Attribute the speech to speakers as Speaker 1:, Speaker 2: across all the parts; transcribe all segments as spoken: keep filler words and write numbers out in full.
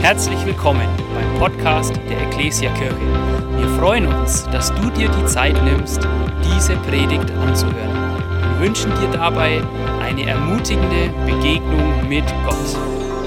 Speaker 1: Herzlich willkommen beim Podcast der Ecclesia Kirche. Wir freuen uns, dass du dir die Zeit nimmst, diese Predigt anzuhören. Wir wünschen dir dabei eine ermutigende Begegnung mit Gott.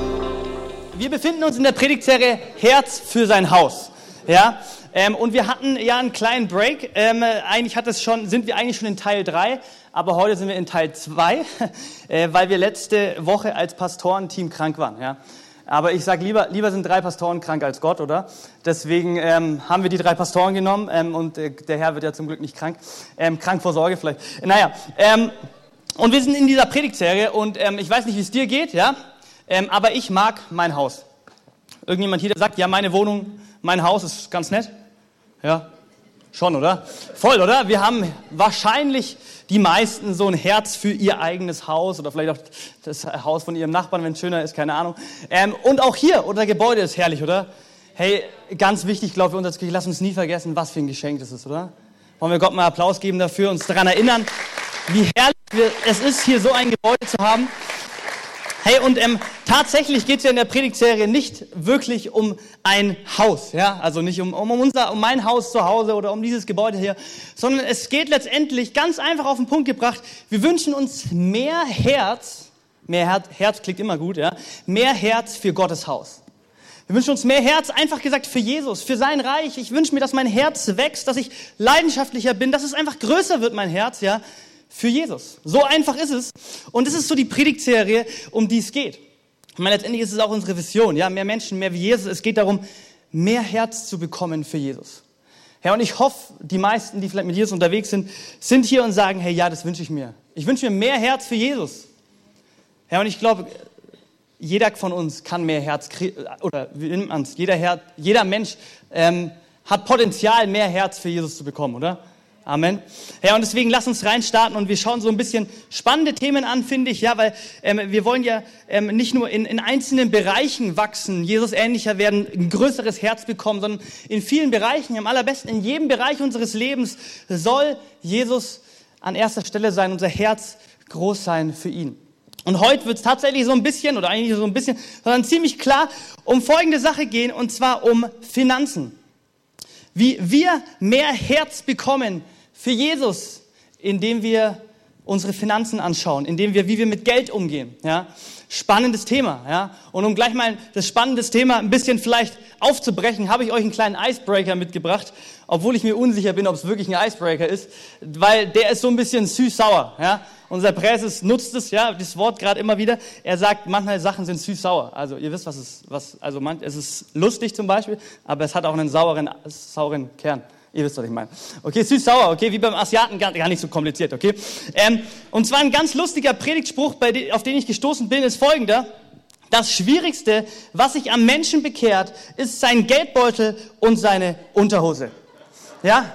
Speaker 2: Wir befinden uns in der Predigtserie Herz für sein Haus. Ja, ähm, und wir hatten ja einen kleinen Break. Ähm, eigentlich hat es schon, sind wir eigentlich schon in Teil drei, aber heute sind wir in Teil zwei, äh, weil wir letzte Woche als Pastorenteam krank waren. Ja. Aber ich sage lieber, lieber sind drei Pastoren krank als Gott, oder? Deswegen ähm, haben wir die drei Pastoren genommen ähm, und äh, der Herr wird ja zum Glück nicht krank. Ähm, krank vor Sorge vielleicht. Naja, ähm, und wir sind in dieser Predigtserie und ähm, ich weiß nicht, wie es dir geht, ja? Ähm, aber ich mag mein Haus. Irgendjemand hier, der sagt, ja, meine Wohnung, mein Haus ist ganz nett? Ja, schon, oder? Voll, oder? Wir haben wahrscheinlich die meisten so ein Herz für ihr eigenes Haus oder vielleicht auch das Haus von ihrem Nachbarn, wenn es schöner ist, keine Ahnung. Ähm, und auch hier, unser Gebäude ist herrlich, oder? Hey, ganz wichtig, glaube ich, für uns als Kirche, lass uns nie vergessen, was für ein Geschenk das ist, oder? Wollen wir Gott mal Applaus geben dafür, uns daran erinnern, wie herrlich es ist, hier so ein Gebäude zu haben. Hey, und ähm, tatsächlich geht es ja in der Predigtserie nicht wirklich um ein Haus, ja, also nicht um, um unser, um mein Haus zu Hause oder um dieses Gebäude hier, sondern es geht letztendlich ganz einfach auf den Punkt gebracht, wir wünschen uns mehr Herz, mehr Herz, Herz klingt immer gut, ja, mehr Herz für Gottes Haus. Wir wünschen uns mehr Herz, einfach gesagt, für Jesus, für sein Reich. Ich wünsche mir, dass mein Herz wächst, dass ich leidenschaftlicher bin, dass es einfach größer wird, mein Herz, ja, für Jesus. So einfach ist es. Und das ist so die Predigtserie, um die es geht. Ich meine, letztendlich ist es auch unsere Vision. Ja, mehr Menschen, mehr wie Jesus. Es geht darum, mehr Herz zu bekommen für Jesus. Ja, und ich hoffe, die meisten, die vielleicht mit Jesus unterwegs sind, sind hier und sagen, hey, ja, das wünsche ich mir. Ich wünsche mir mehr Herz für Jesus. Ja, und ich glaube, jeder von uns kann mehr Herz kriegen, oder wie nennt man es? Jeder, Her- jeder Mensch ähm, hat Potenzial, mehr Herz für Jesus zu bekommen, oder? Amen. Ja, und deswegen lass uns reinstarten und wir schauen so ein bisschen spannende Themen an, finde ich, ja, weil ähm, wir wollen ja ähm, nicht nur in, in einzelnen Bereichen wachsen, Jesus ähnlicher werden, ein größeres Herz bekommen, sondern in vielen Bereichen, am allerbesten in jedem Bereich unseres Lebens soll Jesus an erster Stelle sein, unser Herz groß sein für ihn. Und heute wird es tatsächlich so ein bisschen, oder eigentlich so ein bisschen, sondern ziemlich klar um folgende Sache gehen, und zwar um Finanzen. Wie wir mehr Herz bekommen für Jesus, indem wir unsere Finanzen anschauen, indem wir, wie wir mit Geld umgehen, ja. Spannendes Thema, ja. Und um gleich mal das spannende Thema ein bisschen vielleicht aufzubrechen, habe ich euch einen kleinen Icebreaker mitgebracht, obwohl ich mir unsicher bin, ob es wirklich ein Icebreaker ist, weil der ist so ein bisschen süß-sauer, ja. Unser Präses nutzt es, ja, das Wort gerade immer wieder. Er sagt, manchmal Sachen sind süß-sauer. Also ihr wisst, was es, was, also man, es ist lustig zum Beispiel, aber es hat auch einen sauren, sauren Kern. Ihr wisst, was ich meine. Okay, süß-sauer, okay, wie beim Asiaten, gar, gar nicht so kompliziert, okay. Ähm, und zwar ein ganz lustiger Predigtspruch, bei de, auf den ich gestoßen bin, ist folgender: Das Schwierigste, was sich am Menschen bekehrt, ist sein Geldbeutel und seine Unterhose. Ja?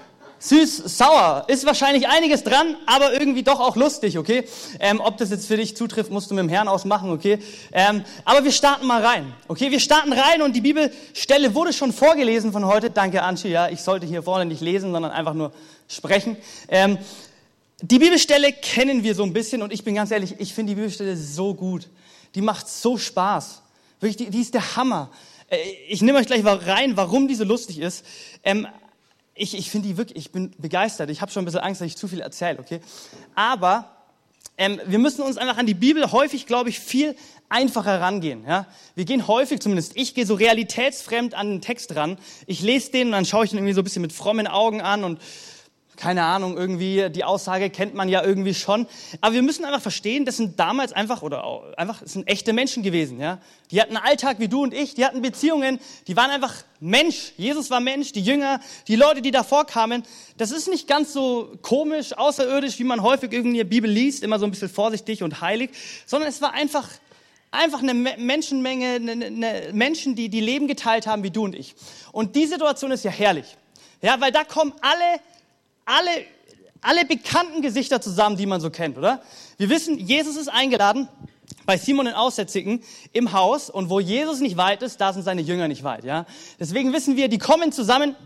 Speaker 2: Süß, sauer, ist wahrscheinlich einiges dran, aber irgendwie doch auch lustig, okay? Ähm, ob das jetzt für dich zutrifft, musst du mit dem Herrn ausmachen, okay? Ähm, aber wir starten mal rein, okay? Wir starten rein und die Bibelstelle wurde schon vorgelesen von heute. Danke, Anchi, ja, ich sollte hier vorne nicht lesen, sondern einfach nur sprechen. Ähm, die Bibelstelle kennen wir so ein bisschen und ich bin ganz ehrlich, ich finde die Bibelstelle so gut. Die macht so Spaß. Wirklich, die, die ist der Hammer. Äh, ich nehme euch gleich mal rein, warum die so lustig ist. Ähm, Ich, ich finde die wirklich, ich bin begeistert. Ich habe schon ein bisschen Angst, dass ich zu viel erzähle, okay? Aber ähm, wir müssen uns einfach an die Bibel häufig, glaube ich, viel einfacher rangehen. Ja? Wir gehen häufig, zumindest ich, gehe so realitätsfremd an den Text ran. Ich lese den und dann schaue ich den irgendwie so ein bisschen mit frommen Augen an und keine Ahnung, irgendwie, die Aussage kennt man ja irgendwie schon. Aber wir müssen einfach verstehen, das sind damals einfach, oder auch, einfach, das sind echte Menschen gewesen, ja. Die hatten einen Alltag wie du und ich, die hatten Beziehungen, die waren einfach Mensch. Jesus war Mensch, die Jünger, die Leute, die davor kamen. Das ist nicht ganz so komisch, außerirdisch, wie man häufig irgendwie in der Bibel liest, immer so ein bisschen vorsichtig und heilig, sondern es war einfach, einfach eine Menschenmenge, eine, eine Menschen, die, die Leben geteilt haben wie du und ich. Und die Situation ist ja herrlich. Ja, weil da kommen alle, Alle, alle bekannten Gesichter zusammen, die man so kennt, oder? Wir wissen, Jesus ist eingeladen bei Simon den Aussätzigen im Haus und wo Jesus nicht weit ist, da sind seine Jünger nicht weit, ja? Deswegen wissen wir, die kommen zusammen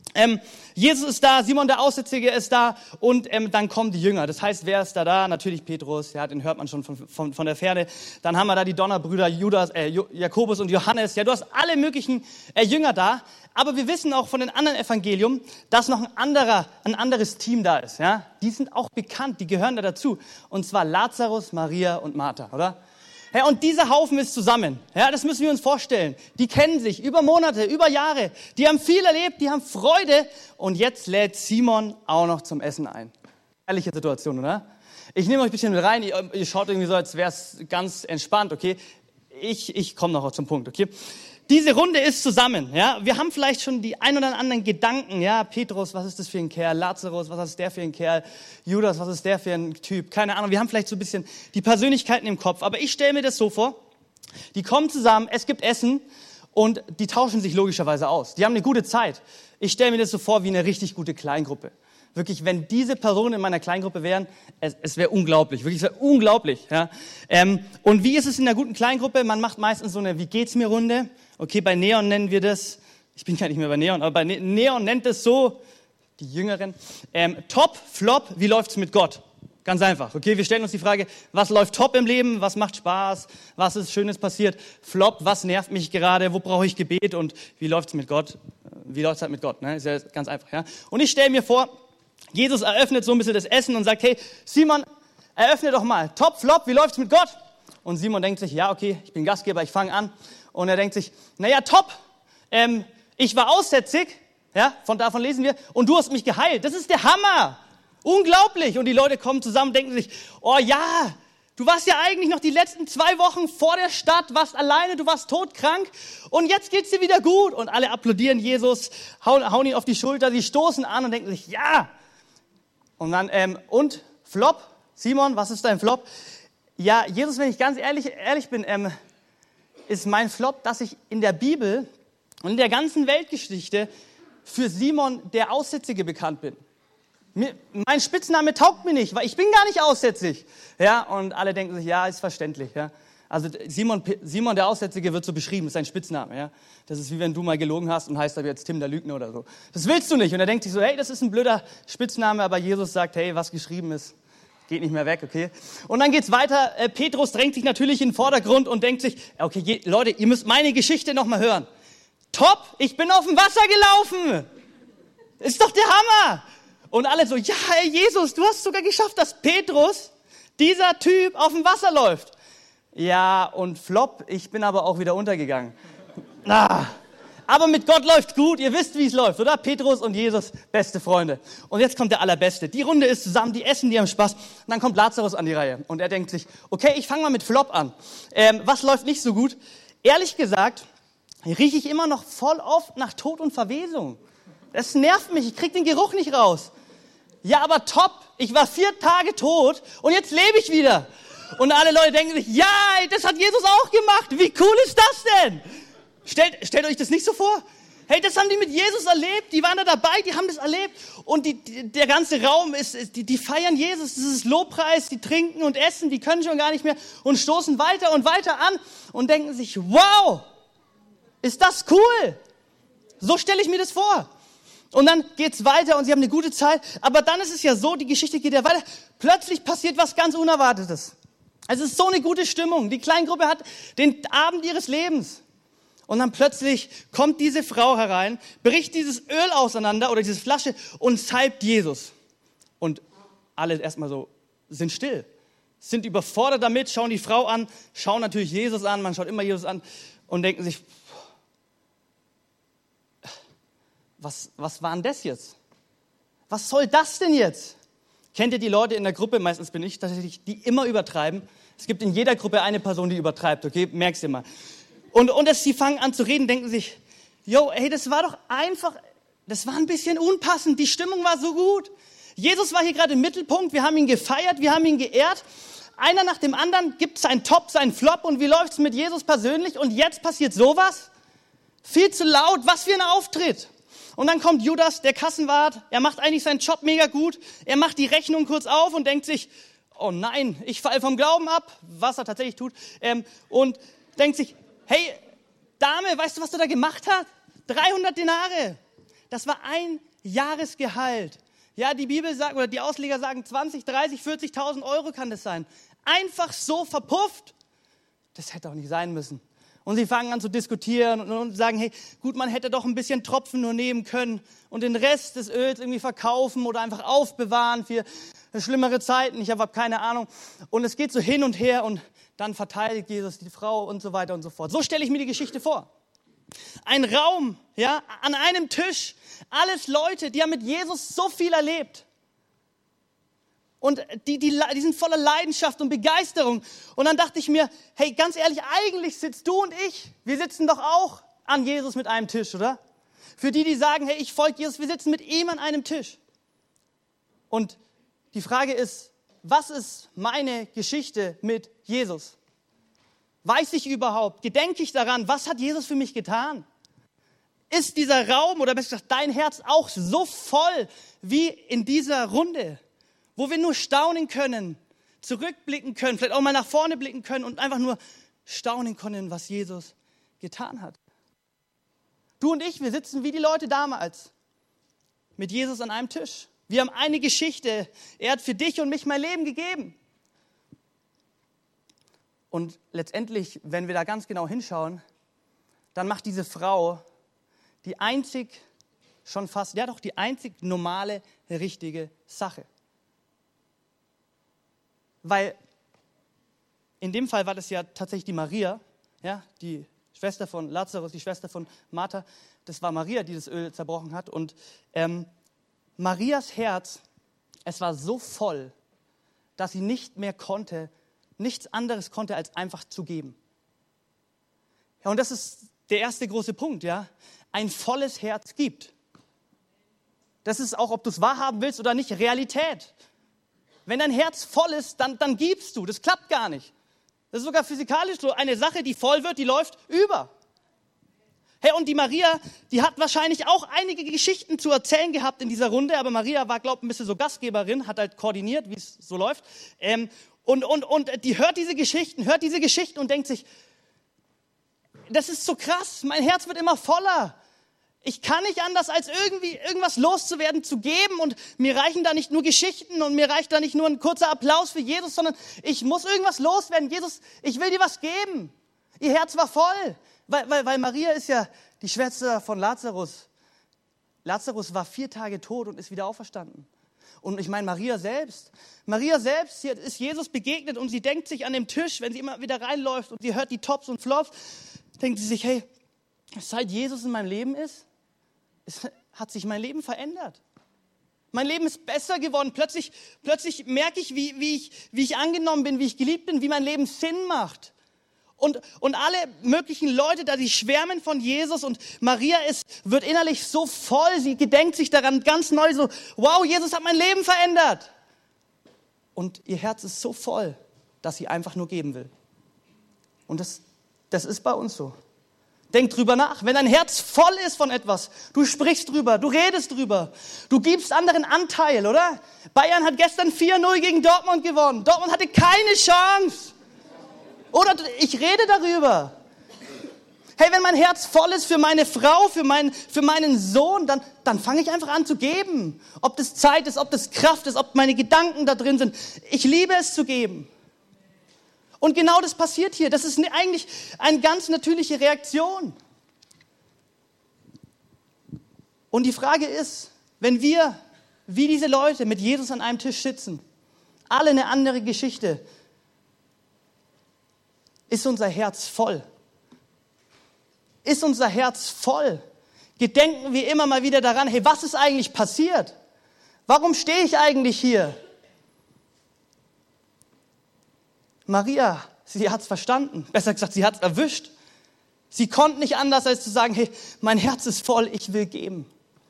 Speaker 2: Ähm, Jesus ist da, Simon der Aussätzige ist da und ähm, dann kommen die Jünger. Das heißt, wer ist da da? Natürlich Petrus, ja, den hört man schon von, von, von der Ferne. Dann haben wir da die Donnerbrüder Judas, äh, Jakobus und Johannes. Ja, du hast alle möglichen äh, Jünger da. Aber wir wissen auch von den anderen Evangelium, dass noch ein anderer, ein anderes Team da ist. Ja, die sind auch bekannt, die gehören da dazu. Und zwar Lazarus, Maria und Martha, oder? Ja, und dieser Haufen ist zusammen. Ja, das müssen wir uns vorstellen. Die kennen sich über Monate, über Jahre. Die haben viel erlebt, die haben Freude. Und jetzt lädt Simon auch noch zum Essen ein. Ehrliche Situation, oder? Ich nehme euch ein bisschen mit rein. Ihr, ihr schaut irgendwie so, als wäre es ganz entspannt, okay? Ich, ich komme noch zum Punkt, okay? Diese Runde ist zusammen, ja. Wir haben vielleicht schon die ein oder anderen Gedanken, ja. Petrus, was ist das für ein Kerl? Lazarus, was ist der für ein Kerl? Judas, was ist der für ein Typ? Keine Ahnung. Wir haben vielleicht so ein bisschen die Persönlichkeiten im Kopf. Aber ich stelle mir das so vor. Die kommen zusammen, es gibt Essen und die tauschen sich logischerweise aus. Die haben eine gute Zeit. Ich stelle mir das so vor wie eine richtig gute Kleingruppe. Wirklich, wenn diese Personen in meiner Kleingruppe wären, es, es wäre unglaublich. Wirklich, es wäre unglaublich. Ja. Ähm, und wie ist es in einer guten Kleingruppe? Man macht meistens so eine Wie geht's mir Runde. Okay, bei Neon nennen wir das, ich bin gar nicht mehr bei Neon, aber bei ne- Neon nennt es so, die Jüngeren, ähm, Top, Flop, wie läuft's mit Gott? Ganz einfach. Okay, wir stellen uns die Frage, was läuft top im Leben, was macht Spaß, was ist Schönes passiert? Flop, was nervt mich gerade, wo brauche ich Gebet und wie läuft's mit Gott? Wie läuft's halt mit Gott? Ne? Ist ja ganz einfach. Ja? Und ich stelle mir vor, Jesus eröffnet so ein bisschen das Essen und sagt, hey, Simon, eröffne doch mal. Top, Flop, wie läuft's mit Gott? Und Simon denkt sich, ja, okay, ich bin Gastgeber, ich fange an. Und er denkt sich, naja, top, ähm, ich war aussätzig, ja, von davon lesen wir, und du hast mich geheilt. Das ist der Hammer. Unglaublich. Und die Leute kommen zusammen und denken sich, oh ja, du warst ja eigentlich noch die letzten zwei Wochen vor der Stadt, warst alleine, du warst todkrank und jetzt geht's dir wieder gut. Und alle applaudieren Jesus, hauen, hauen ihn auf die Schulter, sie stoßen an und denken sich, ja. Und dann, ähm, und Flop, Simon, was ist dein Flop? Ja, Jesus, wenn ich ganz ehrlich, ehrlich bin, ähm, ist mein Flop, dass ich in der Bibel und in der ganzen Weltgeschichte für Simon der Aussätzige bekannt bin. Mir, mein Spitzname taugt mir nicht, weil ich bin gar nicht aussätzig. Ja, und alle denken sich, ja, ist verständlich. Ja. Also Simon, Simon der Aussätzige wird so beschrieben, ist sein Spitzname. Ja. Das ist wie wenn du mal gelogen hast und heißt aber jetzt Tim der Lügner oder so. Das willst du nicht. Und er denkt sich so, hey, das ist ein blöder Spitzname, aber Jesus sagt, hey, was geschrieben ist, geht nicht mehr weg, okay? Und dann geht's weiter. Äh, Petrus drängt sich natürlich in den Vordergrund und denkt sich, okay, je, Leute, ihr müsst meine Geschichte noch mal hören. Top, ich bin auf dem Wasser gelaufen. Ist doch der Hammer. Und alle so, ja, hey Jesus, du hast sogar geschafft, dass Petrus, dieser Typ, auf dem Wasser läuft. Ja, und Flop, ich bin aber auch wieder untergegangen. Ah. Aber mit Gott läuft's gut, ihr wisst, wie es läuft, oder? Petrus und Jesus, beste Freunde. Und jetzt kommt der Allerbeste. Die Runde ist zusammen, die essen, die haben Spaß. Und dann kommt Lazarus an die Reihe und er denkt sich, okay, ich fange mal mit Flop an. Ähm, was läuft nicht so gut? Ehrlich gesagt, rieche ich immer noch voll oft nach Tod und Verwesung. Das nervt mich, ich krieg den Geruch nicht raus. Ja, aber top, ich war vier Tage tot und jetzt lebe ich wieder. Und alle Leute denken sich, ja, das hat Jesus auch gemacht. Wie cool ist das denn? Stellt, stellt euch das nicht so vor? Hey, das haben die mit Jesus erlebt, die waren da dabei, die haben das erlebt. Und die, die, der ganze Raum, ist, ist die, die feiern Jesus, das ist Lobpreis, die trinken und essen, die können schon gar nicht mehr und stoßen weiter und weiter an und denken sich, wow, ist das cool? So stelle ich mir das vor. Und dann geht's weiter und sie haben eine gute Zeit. Aber dann ist es ja so, die Geschichte geht ja weiter. Plötzlich passiert was ganz Unerwartetes. Es ist so eine gute Stimmung. Die Kleingruppe hat den Abend ihres Lebens. Und dann plötzlich kommt diese Frau herein, bricht dieses Öl auseinander oder diese Flasche und salbt Jesus. Und alle erstmal so sind still, sind überfordert damit, schauen die Frau an, schauen natürlich Jesus an, man schaut immer Jesus an und denken sich, was, was war denn das jetzt? Was soll das denn jetzt? Kennt ihr die Leute in der Gruppe, meistens bin ich tatsächlich, die immer übertreiben? Es gibt in jeder Gruppe eine Person, die übertreibt, okay? Merkst du mal. Und, und als sie fangen an zu reden, denken sich, yo, hey, das war doch einfach, das war ein bisschen unpassend, die Stimmung war so gut. Jesus war hier gerade im Mittelpunkt, wir haben ihn gefeiert, wir haben ihn geehrt. Einer nach dem anderen gibt seinen Top, seinen Flop und wie läuft's mit Jesus persönlich? Und jetzt passiert sowas? Viel zu laut, was für ein Auftritt. Und dann kommt Judas, der Kassenwart, er macht eigentlich seinen Job mega gut, er macht die Rechnung kurz auf und denkt sich, oh nein, ich falle vom Glauben ab, was er tatsächlich tut, ähm, und denkt sich, hey, Dame, weißt du, was du da gemacht hast? dreihundert Denare. das war ein Jahresgehalt. Ja, die Bibel sagt, oder die Ausleger sagen, zwanzig, dreißig, vierzigtausend Euro kann das sein. Einfach so verpufft. Das hätte auch nicht sein müssen. Und sie fangen an zu diskutieren und, und sagen, hey, gut, man hätte doch ein bisschen Tropfen nur nehmen können und den Rest des Öls irgendwie verkaufen oder einfach aufbewahren für schlimmere Zeiten. Ich habe keine Ahnung. Und es geht so hin und her und dann verteidigt Jesus die Frau und so weiter und so fort. So stelle ich mir die Geschichte vor. Ein Raum, ja, an einem Tisch, alles Leute, die haben mit Jesus so viel erlebt. Und die, die, die sind voller Leidenschaft und Begeisterung. Und dann dachte ich mir, hey, ganz ehrlich, eigentlich sitzt du und ich, wir sitzen doch auch an Jesus mit einem Tisch, oder? Für die, die sagen, hey, ich folge Jesus, wir sitzen mit ihm an einem Tisch. Und die Frage ist, was ist meine Geschichte mit Jesus? Weiß ich überhaupt, gedenke ich daran, was hat Jesus für mich getan? Ist dieser Raum, oder besser gesagt, dein Herz auch so voll wie in dieser Runde? Wo wir nur staunen können, zurückblicken können, vielleicht auch mal nach vorne blicken können und einfach nur staunen können, was Jesus getan hat. Du und ich, wir sitzen wie die Leute damals mit Jesus an einem Tisch. Wir haben eine Geschichte. Er hat für dich und mich mein Leben gegeben. Und letztendlich, wenn wir da ganz genau hinschauen, dann macht diese Frau die einzig, schon fast, ja doch, die einzig normale, richtige Sache. Weil in dem Fall war das ja tatsächlich die Maria, ja, die Schwester von Lazarus, die Schwester von Martha. Das war Maria, die das Öl zerbrochen hat. Und ähm, Marias Herz, es war so voll, dass sie nicht mehr konnte, nichts anderes konnte, als einfach zu geben. Ja, und das ist der erste große Punkt, ja. Ein volles Herz gibt. Das ist auch, ob du es wahrhaben willst oder nicht, Realität. Wenn dein Herz voll ist, dann, dann gibst du. Das klappt gar nicht. Das ist sogar physikalisch so. Eine Sache, die voll wird, die läuft über. Hey, und die Maria, die hat wahrscheinlich auch einige Geschichten zu erzählen gehabt in dieser Runde, aber Maria war, glaube ich, ein bisschen so Gastgeberin, hat halt koordiniert, wie es so läuft. Ähm, und, und, und die hört diese Geschichten, hört diese Geschichten und denkt sich, das ist so krass, mein Herz wird immer voller. Ich kann nicht anders, als irgendwie irgendwas loszuwerden, zu geben. Und mir reichen da nicht nur Geschichten und mir reicht da nicht nur ein kurzer Applaus für Jesus, sondern ich muss irgendwas loswerden. Jesus, ich will dir was geben. Ihr Herz war voll, weil, weil, weil Maria ist ja die Schwester von Lazarus. Lazarus war vier Tage tot und ist wieder auferstanden. Und ich meine, Maria selbst, Maria selbst, sie ist Jesus begegnet und sie denkt sich an dem Tisch, wenn sie immer wieder reinläuft und sie hört die Tops und Flops, denkt sie sich, hey, seit Jesus in meinem Leben ist, Es hat sich mein Leben verändert. Mein Leben ist besser geworden. Plötzlich, plötzlich merke ich wie, wie ich, wie ich angenommen bin, wie ich geliebt bin, wie mein Leben Sinn macht. Und, und alle möglichen Leute da, die schwärmen von Jesus und Maria ist, wird innerlich so voll, sie gedenkt sich daran ganz neu so, wow, Jesus hat mein Leben verändert. Und ihr Herz ist so voll, dass sie einfach nur geben will. Und das, das ist bei uns so. Denk drüber nach. Wenn dein Herz voll ist von etwas, du sprichst drüber, du redest drüber, du gibst anderen Anteil, oder? Bayern hat gestern vier null gegen Dortmund gewonnen. Dortmund hatte keine Chance. Oder ich rede darüber. Hey, wenn mein Herz voll ist für meine Frau, für, mein, für meinen Sohn, dann, dann fange ich einfach an zu geben. Ob das Zeit ist, ob das Kraft ist, ob meine Gedanken da drin sind. Ich liebe es zu geben. Und genau das passiert hier. Das ist eigentlich eine ganz natürliche Reaktion. Und die Frage ist, wenn wir, wie diese Leute, mit Jesus an einem Tisch sitzen, alle eine andere Geschichte, ist unser Herz voll? Ist unser Herz voll? Gedenken wir immer mal wieder daran, hey, was ist eigentlich passiert? Warum stehe ich eigentlich hier? Maria, sie hat es verstanden. Besser gesagt, sie hat es erwischt. Sie konnte nicht anders, als zu sagen, hey, mein Herz ist voll, ich will geben.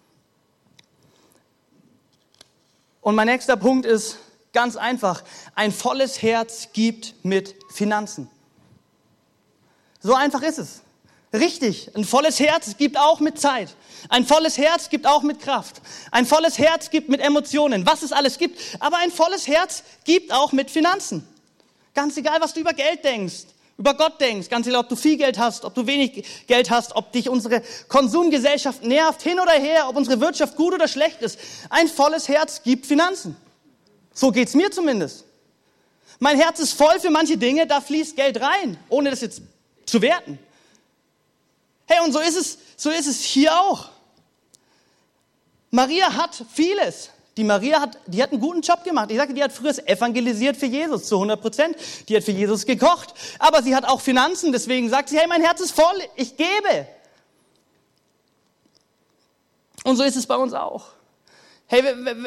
Speaker 2: Und mein nächster Punkt ist ganz einfach. Ein volles Herz gibt mit Finanzen. So einfach ist es. Richtig, ein volles Herz gibt auch mit Zeit. Ein volles Herz gibt auch mit Kraft. Ein volles Herz gibt mit Emotionen, was es alles gibt. Aber ein volles Herz gibt auch mit Finanzen. Ganz egal, was du über Geld denkst, über Gott denkst, ganz egal, ob du viel Geld hast, ob du wenig Geld hast, ob dich unsere Konsumgesellschaft nervt, hin oder her, ob unsere Wirtschaft gut oder schlecht ist. Ein volles Herz gibt Finanzen. So geht's mir zumindest. Mein Herz ist voll für manche Dinge, da fließt Geld rein, ohne das jetzt zu werten. Hey, und so ist es, so ist es hier auch. Maria hat vieles. Die Maria hat, die hat einen guten Job gemacht. Ich sagte, die hat früher evangelisiert für Jesus zu hundert Prozent. Die hat für Jesus gekocht. Aber sie hat auch Finanzen. Deswegen sagt sie, hey, mein Herz ist voll, ich gebe. Und so ist es bei uns auch. Hey,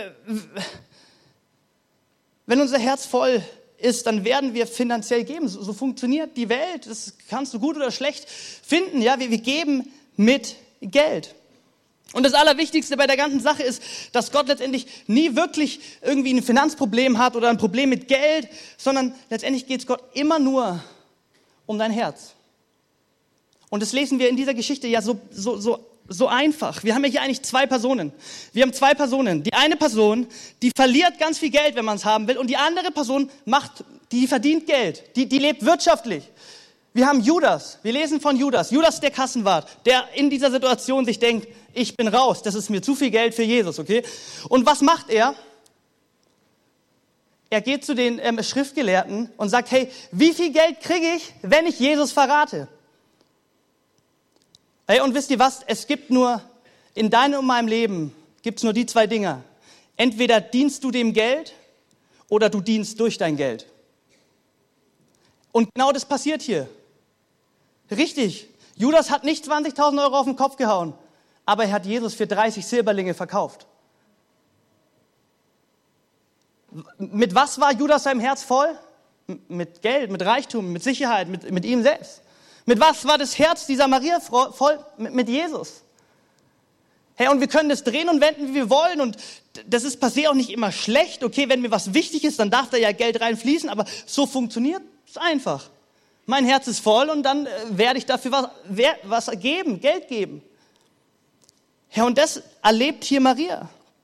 Speaker 2: wenn unser Herz voll ist, dann werden wir finanziell geben. So, so funktioniert die Welt. Das kannst du gut oder schlecht finden. Ja, wir, wir geben mit Geld. Und das Allerwichtigste bei der ganzen Sache ist, dass Gott letztendlich nie wirklich irgendwie ein Finanzproblem hat oder ein Problem mit Geld, sondern letztendlich geht es Gott immer nur um dein Herz. Und das lesen wir in dieser Geschichte ja so, so, so, so einfach. Wir haben ja hier eigentlich zwei Personen. Wir haben zwei Personen. Die eine Person, die verliert ganz viel Geld, wenn man es haben will, und die andere Person macht, die verdient Geld, die, die lebt wirtschaftlich. Wir haben Judas, wir lesen von Judas, Judas der Kassenwart, der in dieser Situation sich denkt, ich bin raus, das ist mir zu viel Geld für Jesus, okay? Und was macht er? Er geht zu den ähm, Schriftgelehrten und sagt, hey, wie viel Geld kriege ich, wenn ich Jesus verrate? Hey, und wisst ihr was? Es gibt nur, in deinem und meinem Leben gibt es nur die zwei Dinge. Entweder dienst du dem Geld oder du dienst durch dein Geld. Und genau das passiert hier. Richtig, Judas hat nicht zwanzigtausend Euro auf den Kopf gehauen, aber er hat Jesus für dreißig Silberlinge verkauft. Mit was war Judas seinem Herz voll? Mit Geld, mit Reichtum, mit Sicherheit, mit, mit ihm selbst. Mit was war das Herz dieser Maria voll? Mit, mit Jesus. Hey, und wir können das drehen und wenden, wie wir wollen, und das ist per se auch nicht immer schlecht. Okay, wenn mir was wichtig ist, dann darf da ja Geld reinfließen, aber so funktioniert es einfach. Mein Herz ist voll und dann äh, werde ich dafür was, wer, was geben, Geld geben. Ja, und das erlebt hier Maria.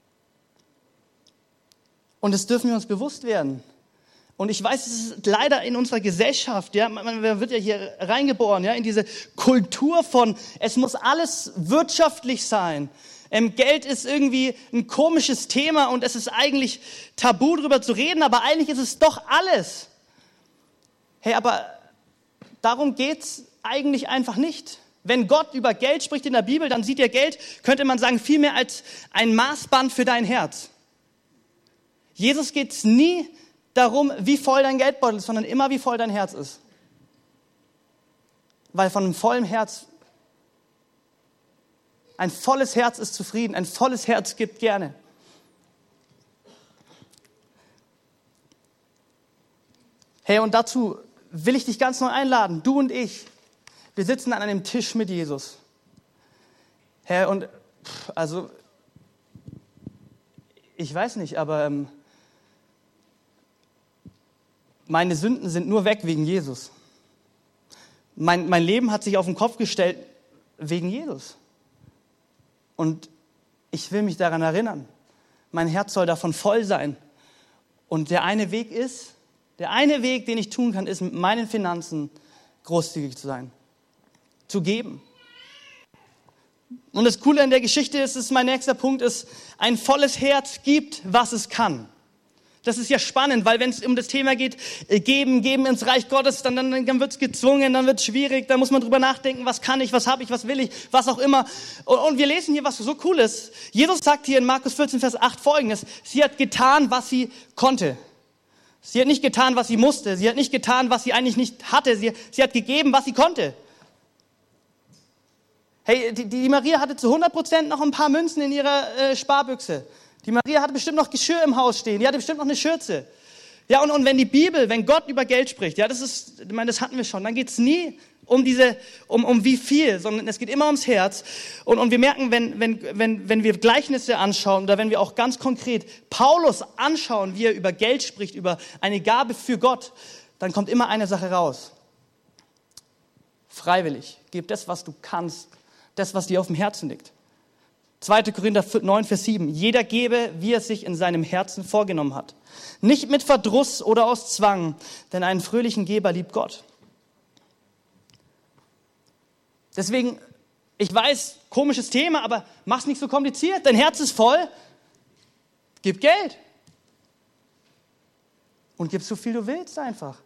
Speaker 2: Und das dürfen wir uns bewusst werden. Und ich weiß, es ist leider in unserer Gesellschaft, ja, man, man wird ja hier reingeboren, ja, in diese Kultur von, es muss alles wirtschaftlich sein. Ähm, Geld ist irgendwie ein komisches Thema und es ist eigentlich tabu, darüber zu reden, aber eigentlich ist es doch alles. Hey, aber darum geht's eigentlich einfach nicht. Wenn Gott über Geld spricht in der Bibel, dann sieht er Geld, könnte man sagen, viel mehr als ein Maßband für dein Herz. Jesus geht's nie darum, wie voll dein Geldbeutel ist, sondern immer, wie voll dein Herz ist. Weil von einem vollen Herz, ein volles Herz ist zufrieden, ein volles Herz gibt gerne. Hey, und dazu will ich dich ganz neu einladen, du und ich, wir sitzen an einem Tisch mit Jesus. Hey, und also, ich weiß nicht, aber ähm, meine Sünden sind nur weg wegen Jesus. Mein, mein Leben hat sich auf den Kopf gestellt wegen Jesus. Und ich will mich daran erinnern. Mein Herz soll davon voll sein. Und der eine Weg ist, der eine Weg, den ich tun kann, ist, mit meinen Finanzen großzügig zu sein. Zu geben. Und das Coole an der Geschichte ist, ist mein nächster Punkt ist, ein volles Herz gibt, was es kann. Das ist ja spannend, weil wenn es um das Thema geht, geben, geben ins Reich Gottes, dann, dann, dann wird es gezwungen, dann wird es schwierig, dann muss man drüber nachdenken, was kann ich, was habe ich, was will ich, was auch immer. Und, und wir lesen hier was so Cooles. Jesus sagt hier in Markus vierzehn, Vers acht Folgendes: Sie hat getan, was sie konnte. Sie hat nicht getan, was sie musste. Sie hat nicht getan, was sie eigentlich nicht hatte. Sie, sie hat gegeben, was sie konnte. Hey, die, die Maria hatte zu hundert Prozent noch ein paar Münzen in ihrer äh, Sparbüchse. Die Maria hatte bestimmt noch Geschirr im Haus stehen. Die hatte bestimmt noch eine Schürze. Ja, und, und wenn die Bibel, wenn Gott über Geld spricht, ja, das ist, ich meine, das hatten wir schon, dann geht es nie um diese, um, um wie viel, sondern es geht immer ums Herz. Und, und wir merken, wenn, wenn, wenn, wenn wir Gleichnisse anschauen oder wenn wir auch ganz konkret Paulus anschauen, wie er über Geld spricht, über eine Gabe für Gott, dann kommt immer eine Sache raus. Freiwillig. Gib das, was du kannst, das, was dir auf dem Herzen liegt. zweiter Korinther neun, Vers sieben. Jeder gebe, wie er sich in seinem Herzen vorgenommen hat. Nicht mit Verdruss oder aus Zwang, denn einen fröhlichen Geber liebt Gott. Deswegen, ich weiß, komisches Thema, aber mach's nicht so kompliziert. Dein Herz ist voll, gib Geld. Und gib so viel du willst einfach.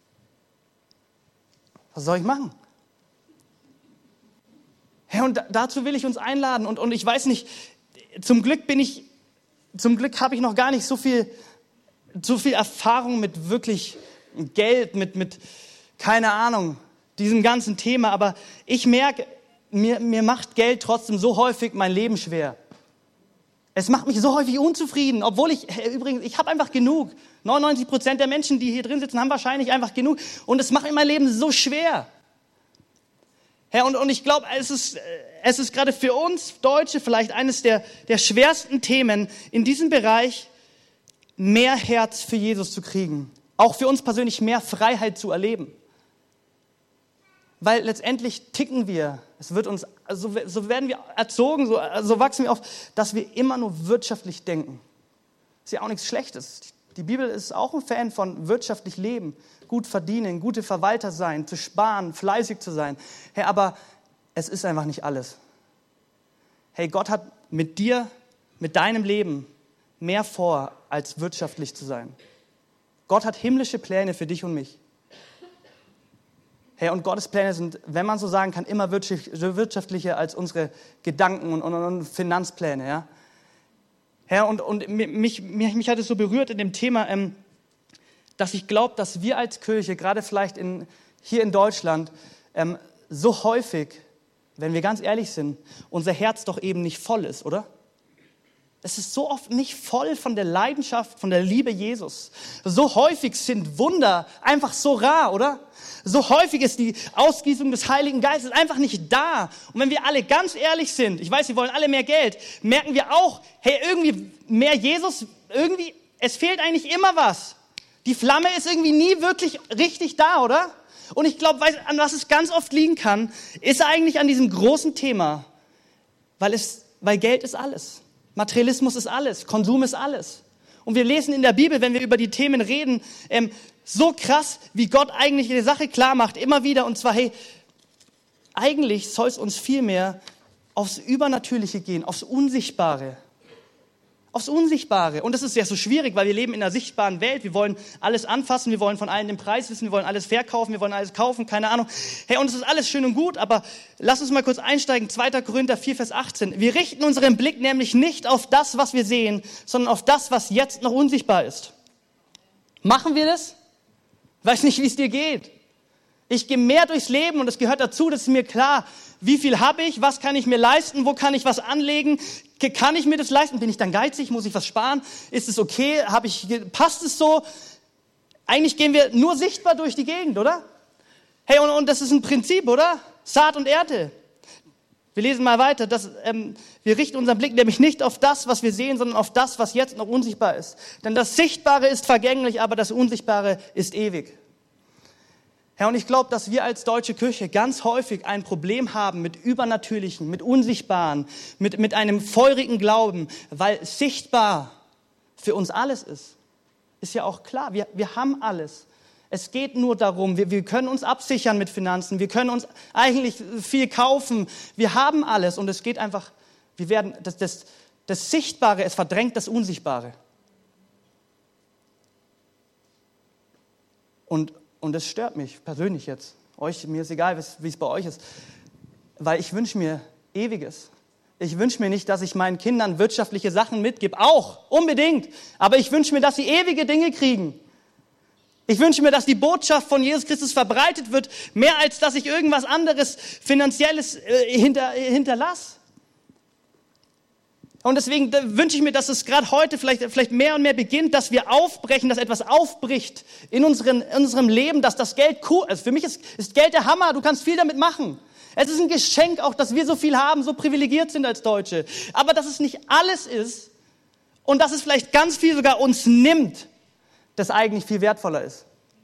Speaker 2: Was soll ich machen? Ja, und dazu will ich uns einladen. Und, und ich weiß nicht, zum Glück bin ich, zum Glück habe ich noch gar nicht so viel, so viel Erfahrung mit wirklich Geld, mit, mit, keine Ahnung, diesem ganzen Thema. Aber ich merke, mir, mir macht Geld trotzdem so häufig mein Leben schwer. Es macht mich so häufig unzufrieden, obwohl ich, übrigens, ich habe einfach genug. neunundneunzig Prozent der Menschen, die hier drin sitzen, haben wahrscheinlich einfach genug. Und es macht mir mein Leben so schwer. Ja, und, und ich glaube, es ist, es ist gerade für uns Deutsche vielleicht eines der, der schwersten Themen, in diesem Bereich mehr Herz für Jesus zu kriegen. Auch für uns persönlich mehr Freiheit zu erleben. Weil letztendlich ticken wir, es wird uns, also so werden wir erzogen, so, so wachsen wir auf, dass wir immer nur wirtschaftlich denken. Ist ja auch nichts Schlechtes. Die Bibel ist auch ein Fan von wirtschaftlich leben, gut verdienen, gute Verwalter sein, zu sparen, fleißig zu sein. Hey, aber es ist einfach nicht alles. Hey, Gott hat mit dir, mit deinem Leben mehr vor, als wirtschaftlich zu sein. Gott hat himmlische Pläne für dich und mich. Hey, und Gottes Pläne sind, wenn man so sagen kann, immer wirtschaftlicher als unsere Gedanken und, und, und Finanzpläne. Ja? Ja, und, und mich, mich, mich hat es so berührt in dem Thema, ähm, dass ich glaube, dass wir als Kirche, gerade vielleicht in, hier in Deutschland, ähm, so häufig, wenn wir ganz ehrlich sind, unser Herz doch eben nicht voll ist, oder? Es ist so oft nicht voll von der Leidenschaft, von der Liebe Jesus. So häufig sind Wunder einfach so rar, oder? So häufig ist die Ausgießung des Heiligen Geistes einfach nicht da. Und wenn wir alle ganz ehrlich sind, ich weiß, wir wollen alle mehr Geld, merken wir auch, hey, irgendwie mehr Jesus, irgendwie, es fehlt eigentlich immer was. Die Flamme ist irgendwie nie wirklich richtig da, oder? Und ich glaube, an was es ganz oft liegen kann, ist eigentlich an diesem großen Thema, weil es, weil Geld ist alles. Materialismus ist alles, Konsum ist alles. Und wir lesen in der Bibel, wenn wir über die Themen reden, ähm, so krass, wie Gott eigentlich die Sache klar macht, immer wieder. Und zwar, hey, eigentlich soll es uns viel mehr aufs Übernatürliche gehen, aufs Unsichtbare. Aufs Unsichtbare. Und das ist ja so schwierig, weil wir leben in einer sichtbaren Welt. Wir wollen alles anfassen, wir wollen von allen den Preis wissen, wir wollen alles verkaufen, wir wollen alles kaufen, keine Ahnung. Hey, und es ist alles schön und gut, aber lass uns mal kurz einsteigen. zweiter Korinther vier, Vers achtzehn. Wir richten unseren Blick nämlich nicht auf das, was wir sehen, sondern auf das, was jetzt noch unsichtbar ist. Machen wir das? Ich weiß nicht, wie es dir geht. Ich gehe mehr durchs Leben und es gehört dazu, das ist mir klar. Wie viel habe ich? Was kann ich mir leisten? Wo kann ich was anlegen? Kann ich mir das leisten? Bin ich dann geizig? Muss ich was sparen? Ist es okay? Habe ich, passt es so? Eigentlich gehen wir nur sichtbar durch die Gegend, oder? Hey, und, und das ist ein Prinzip, oder? Saat und Ernte. Wir lesen mal weiter. Dass, ähm, wir richten unseren Blick nämlich nicht auf das, was wir sehen, sondern auf das, was jetzt noch unsichtbar ist. Denn das Sichtbare ist vergänglich, aber das Unsichtbare ist ewig. Ja, und ich glaube, dass wir als deutsche Kirche ganz häufig ein Problem haben mit Übernatürlichen, mit Unsichtbaren, mit, mit einem feurigen Glauben, weil sichtbar für uns alles ist. Ist ja auch klar, wir, wir haben alles. Es geht nur darum, wir, wir können uns absichern mit Finanzen, wir können uns eigentlich viel kaufen, wir haben alles und es geht einfach, wir werden, das, das, das Sichtbare, es verdrängt das Unsichtbare. Und Und das stört mich persönlich jetzt. Euch, mir ist egal, wie es bei euch ist. Weil ich wünsche mir Ewiges. Ich wünsche mir nicht, dass ich meinen Kindern wirtschaftliche Sachen mitgebe. Auch, unbedingt. Aber ich wünsche mir, dass sie ewige Dinge kriegen. Ich wünsche mir, dass die Botschaft von Jesus Christus verbreitet wird, mehr als dass ich irgendwas anderes Finanzielles äh, hinter, äh, hinterlasse. Und deswegen wünsche ich mir, dass es gerade heute vielleicht, vielleicht mehr und mehr beginnt, dass wir aufbrechen, dass etwas aufbricht in, unseren, in unserem Leben, dass das Geld cool ist. Für mich ist, ist Geld der Hammer, du kannst viel damit machen. Es ist ein Geschenk auch, dass wir so viel haben, so privilegiert sind als Deutsche. Aber dass es nicht alles ist und dass es vielleicht ganz viel sogar uns nimmt, das eigentlich viel wertvoller ist.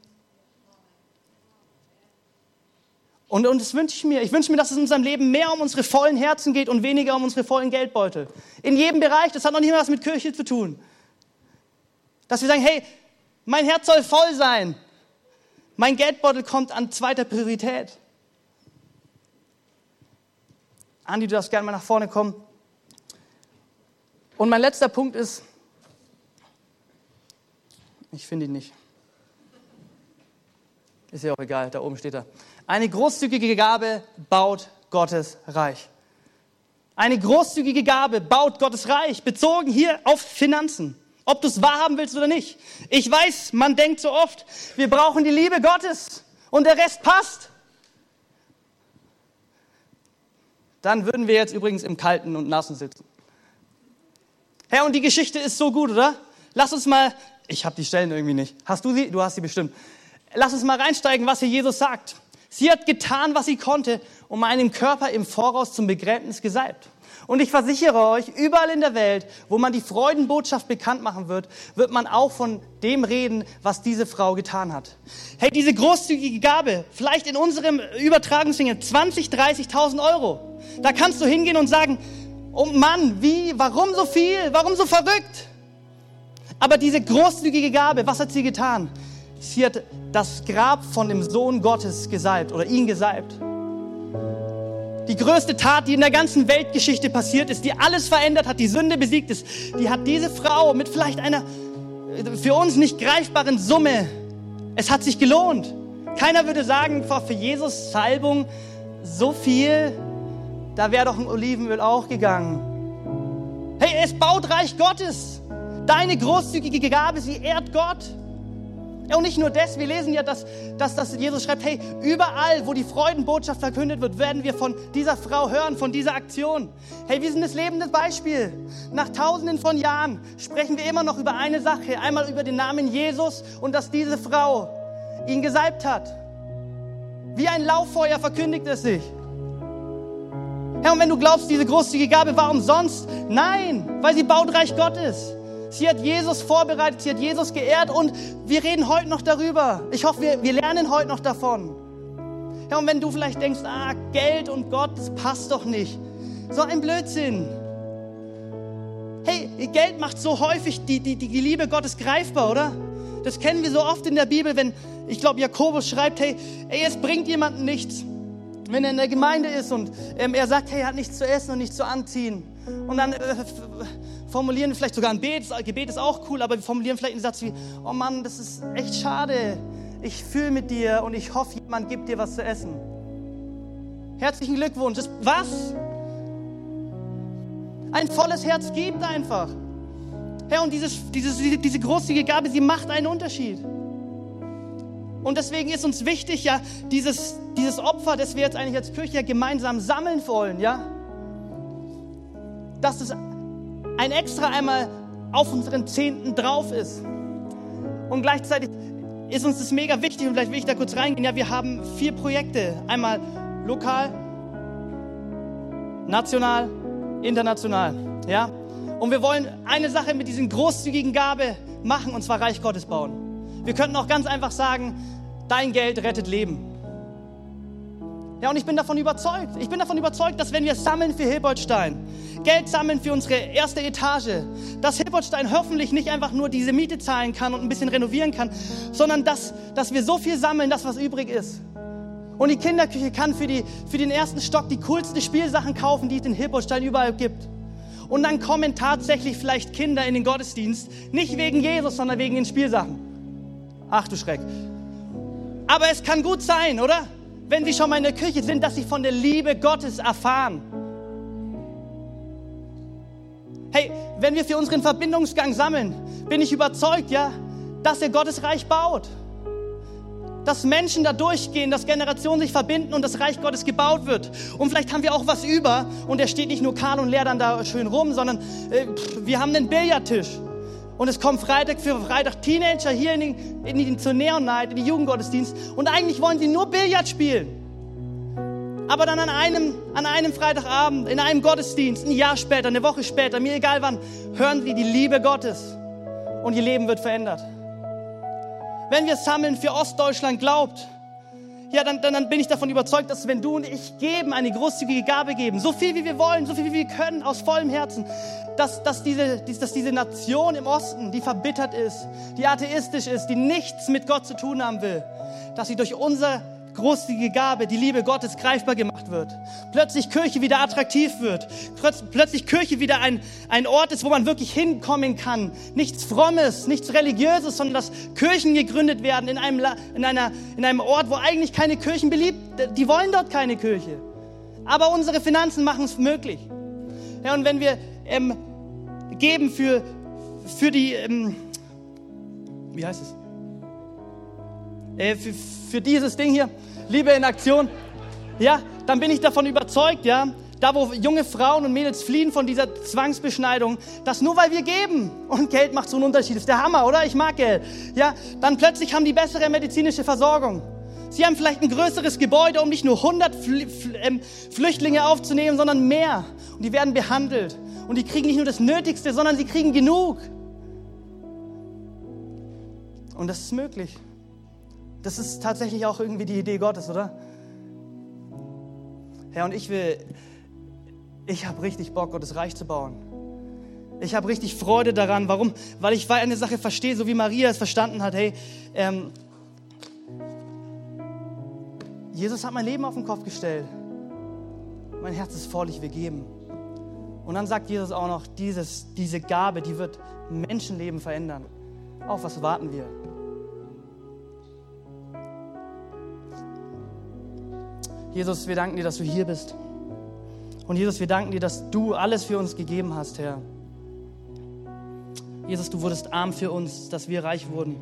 Speaker 2: Und, und das wünsche ich mir. Ich wünsche mir, dass es in unserem Leben mehr um unsere vollen Herzen geht und weniger um unsere vollen Geldbeutel. In jedem Bereich, das hat noch nicht mal was mit Kirche zu tun. Dass wir sagen, hey, mein Herz soll voll sein. Mein Geldbeutel kommt an zweiter Priorität. Andi, du darfst gerne mal nach vorne kommen. Und mein letzter Punkt ist, ich finde ihn nicht. Ist ja auch egal, da oben steht er. Eine großzügige Gabe baut Gottes Reich. Eine großzügige Gabe baut Gottes Reich, bezogen hier auf Finanzen. Ob du es wahrhaben willst oder nicht. Ich weiß, man denkt so oft, wir brauchen die Liebe Gottes und der Rest passt. Dann würden wir jetzt übrigens im Kalten und Nassen sitzen. Herr, und die Geschichte ist so gut, oder? Lass uns mal, ich habe die Stellen irgendwie nicht. Hast du sie? Du hast sie bestimmt. Lass uns mal reinsteigen, was hier Jesus sagt. Sie hat getan, was sie konnte, um meinen Körper im Voraus zum Begräbnis gesalbt. Und ich versichere euch, überall in der Welt, wo man die Freudenbotschaft bekannt machen wird, wird man auch von dem reden, was diese Frau getan hat. Hey, diese großzügige Gabe, vielleicht in unserem Übertragungsding zwanzigtausend, dreißigtausend Euro. Da kannst du hingehen und sagen, oh Mann, wie, warum so viel, warum so verrückt? Aber diese großzügige Gabe, was hat sie getan? Sie hat das Grab von dem Sohn Gottes gesalbt oder ihn gesalbt. Die größte Tat, die in der ganzen Weltgeschichte passiert ist, die alles verändert hat, die Sünde besiegt ist, die hat diese Frau mit vielleicht einer für uns nicht greifbaren Summe, es hat sich gelohnt. Keiner würde sagen, für Jesus Salbung so viel, da wäre doch ein Olivenöl auch gegangen. Hey, es baut Reich Gottes. Deine großzügige Gabe, sie ehrt Gott. Und nicht nur das, wir lesen ja, dass, dass, dass Jesus schreibt, hey, überall, wo die Freudenbotschaft verkündet wird, werden wir von dieser Frau hören, von dieser Aktion. Hey, wir sind das lebende Beispiel. Nach tausenden von Jahren sprechen wir immer noch über eine Sache, einmal über den Namen Jesus und dass diese Frau ihn gesalbt hat. Wie ein Lauffeuer verkündigt es sich. Herr, und wenn du glaubst, diese großzügige Gabe war umsonst, nein, weil sie baut Reich Gottes. Sie hat Jesus vorbereitet, sie hat Jesus geehrt und wir reden heute noch darüber. Ich hoffe, wir, wir lernen heute noch davon. Ja, und wenn du vielleicht denkst, ah, Geld und Gott, das passt doch nicht. So ein Blödsinn. Hey, Geld macht so häufig die, die, die Liebe Gottes greifbar, oder? Das kennen wir so oft in der Bibel, wenn, ich glaube, Jakobus schreibt, hey, ey, es bringt jemandem nichts, wenn er in der Gemeinde ist und ähm, er sagt, hey, er hat nichts zu essen und nichts zu anziehen. Und dann äh, formulieren wir vielleicht sogar ein Gebet, das Gebet ist auch cool, aber wir formulieren vielleicht einen Satz wie, oh Mann, das ist echt schade, ich fühle mit dir und ich hoffe, jemand gibt dir was zu essen. Herzlichen Glückwunsch. Das, was? Ein volles Herz gibt einfach. Herr, und dieses, dieses, diese großzügige Gabe, sie macht einen Unterschied. Und deswegen ist uns wichtig, ja, dieses, dieses Opfer, das wir jetzt eigentlich als Kirche ja gemeinsam sammeln wollen, ja, dass es ein extra einmal auf unseren Zehnten drauf ist. Und gleichzeitig ist uns das mega wichtig und vielleicht will ich da kurz reingehen. Ja, wir haben vier Projekte. Einmal lokal, national, international. Ja? Und wir wollen eine Sache mit diesen großzügigen Gabe machen, und zwar Reich Gottes bauen. Wir könnten auch ganz einfach sagen, dein Geld rettet Leben. Ja, und ich bin davon überzeugt. Ich bin davon überzeugt, dass wenn wir sammeln für Hilboldstein, Geld sammeln für unsere erste Etage, dass Hilboldstein hoffentlich nicht einfach nur diese Miete zahlen kann und ein bisschen renovieren kann, sondern dass, dass wir so viel sammeln, dass was übrig ist. Und die Kinderküche kann für, die, für den ersten Stock die coolsten Spielsachen kaufen, die es in Hilboldstein überall gibt. Und dann kommen tatsächlich vielleicht Kinder in den Gottesdienst, nicht wegen Jesus, sondern wegen den Spielsachen. Ach du Schreck. Aber es kann gut sein, oder? Wenn sie schon mal in der Kirche sind, dass sie von der Liebe Gottes erfahren. Hey, wenn wir für unseren Verbindungsgang sammeln, bin ich überzeugt, ja, dass er Gottes Reich baut. Dass Menschen da durchgehen, dass Generationen sich verbinden und das Reich Gottes gebaut wird. Und vielleicht haben wir auch was über und er steht nicht nur kahl und leer dann da schön rum, sondern äh, wir haben einen Billardtisch. Und es kommen Freitag für Freitag Teenager hier in den, in den, zur Neon Night, in die Jugendgottesdienst. Und eigentlich wollen sie nur Billard spielen. Aber dann an einem, an einem Freitagabend, in einem Gottesdienst, ein Jahr später, eine Woche später, mir egal wann, hören sie die Liebe Gottes. Und ihr Leben wird verändert. Wenn wir sammeln für Ostdeutschland glaubt, ja, dann, dann, dann bin ich davon überzeugt, dass wenn du und ich geben, eine großzügige Gabe geben, so viel wie wir wollen, so viel wie wir können, aus vollem Herzen, dass, dass, diese, dass diese Nation im Osten, die verbittert ist, die atheistisch ist, die nichts mit Gott zu tun haben will, dass sie durch unser großzügige Gabe, die Liebe Gottes greifbar gemacht wird. Plötzlich Kirche wieder attraktiv wird. Plötzlich Kirche wieder ein, ein Ort ist, wo man wirklich hinkommen kann. Nichts Frommes, nichts Religiöses, sondern dass Kirchen gegründet werden in einem, in einer, in einem Ort, wo eigentlich keine Kirchen beliebt, die wollen dort keine Kirche. Aber unsere Finanzen machen es möglich. Ja, und wenn wir ähm, geben für, für die, ähm, wie heißt es? Äh, für, für dieses Ding hier, Liebe in Aktion, ja, dann bin ich davon überzeugt, ja, da wo junge Frauen und Mädels fliehen von dieser Zwangsbeschneidung, dass nur weil wir geben und Geld macht so einen Unterschied, ist der Hammer, oder? Ich mag Geld, ja, dann plötzlich haben die bessere medizinische Versorgung. Sie haben vielleicht ein größeres Gebäude, um nicht nur hundert Fl- Fl- ähm, Flüchtlinge aufzunehmen, sondern mehr. Und die werden behandelt. Und die kriegen nicht nur das Nötigste, sondern sie kriegen genug. Und das ist möglich. Das ist tatsächlich auch irgendwie die Idee Gottes, oder? Ja, und ich will, ich habe richtig Bock, Gottes Reich zu bauen. Ich habe richtig Freude daran. Warum? Weil ich eine Sache verstehe, so wie Maria es verstanden hat. Hey, ähm, Jesus hat mein Leben auf den Kopf gestellt. Mein Herz ist voll, ich will geben. Und dann sagt Jesus auch noch, dieses, diese Gabe, die wird Menschenleben verändern. Auf was warten wir? Jesus, wir danken dir, dass du hier bist. Und Jesus, wir danken dir, dass du alles für uns gegeben hast, Herr. Jesus, du wurdest arm für uns, dass wir reich wurden.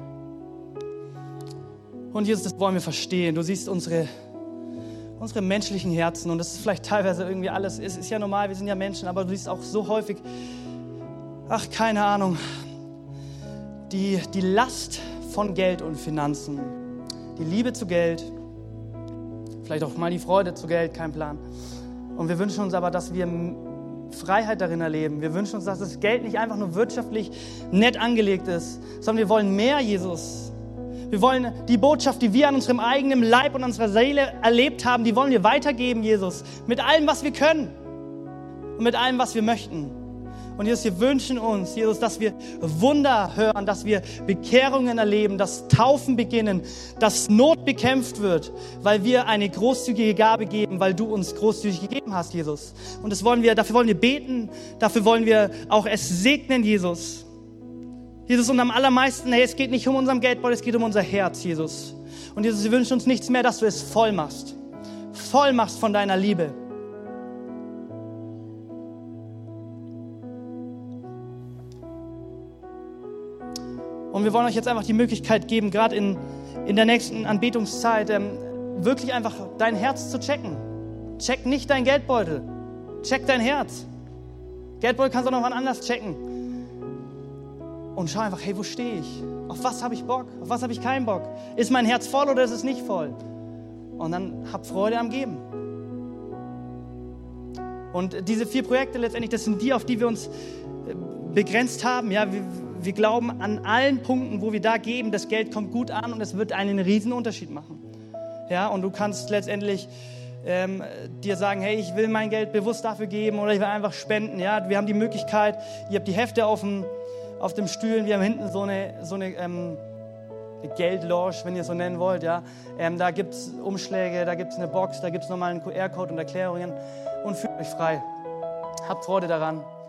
Speaker 2: Und Jesus, das wollen wir verstehen. Du siehst unsere, unsere menschlichen Herzen und das ist vielleicht teilweise irgendwie alles, es ist ja normal, wir sind ja Menschen, aber du siehst auch so häufig, ach, keine Ahnung, die, die Last von Geld und Finanzen, die Liebe zu Geld, vielleicht auch mal die Freude zu Geld, kein Plan. Und wir wünschen uns aber, dass wir Freiheit darin erleben. Wir wünschen uns, dass das Geld nicht einfach nur wirtschaftlich nett angelegt ist, sondern wir wollen mehr, Jesus. Wir wollen die Botschaft, die wir an unserem eigenen Leib und unserer Seele erlebt haben, die wollen wir weitergeben, Jesus. Mit allem, was wir können und mit allem, was wir möchten. Und Jesus, wir wünschen uns, Jesus, dass wir Wunder hören, dass wir Bekehrungen erleben, dass Taufen beginnen, dass Not bekämpft wird, weil wir eine großzügige Gabe geben, weil du uns großzügig gegeben hast, Jesus. Und das wollen wir, dafür wollen wir beten, dafür wollen wir auch es segnen, Jesus. Jesus, und am allermeisten, hey, es geht nicht um unseren Geldbeutel, es geht um unser Herz, Jesus. Und Jesus, wir wünschen uns nichts mehr, dass du es voll machst. Voll machst von deiner Liebe. Und wir wollen euch jetzt einfach die Möglichkeit geben, gerade in, in der nächsten Anbetungszeit, ähm, wirklich einfach dein Herz zu checken. Check nicht dein Geldbeutel. Check dein Herz. Geldbeutel kannst du noch mal anders checken. Und schau einfach, hey, wo stehe ich? Auf was habe ich Bock? Auf was habe ich keinen Bock? Ist mein Herz voll oder ist es nicht voll? Und dann hab Freude am Geben. Und diese vier Projekte letztendlich, das sind die, auf die wir uns begrenzt haben. Ja, wir, wir glauben an allen Punkten, wo wir da geben, das Geld kommt gut an und es wird einen riesen Unterschied machen. Ja, und du kannst letztendlich ähm, dir sagen, hey, ich will mein Geld bewusst dafür geben oder ich will einfach spenden. Ja, wir haben die Möglichkeit, ihr habt die Hefte auf dem, auf dem Stühlen, wir haben hinten so eine, so eine ähm, Geldloge, wenn ihr es so nennen wollt. Ja, ähm, da gibt es Umschläge, da gibt es eine Box, da gibt es nochmal einen Q R-Code und Erklärungen und fühlt euch frei. Habt Freude daran.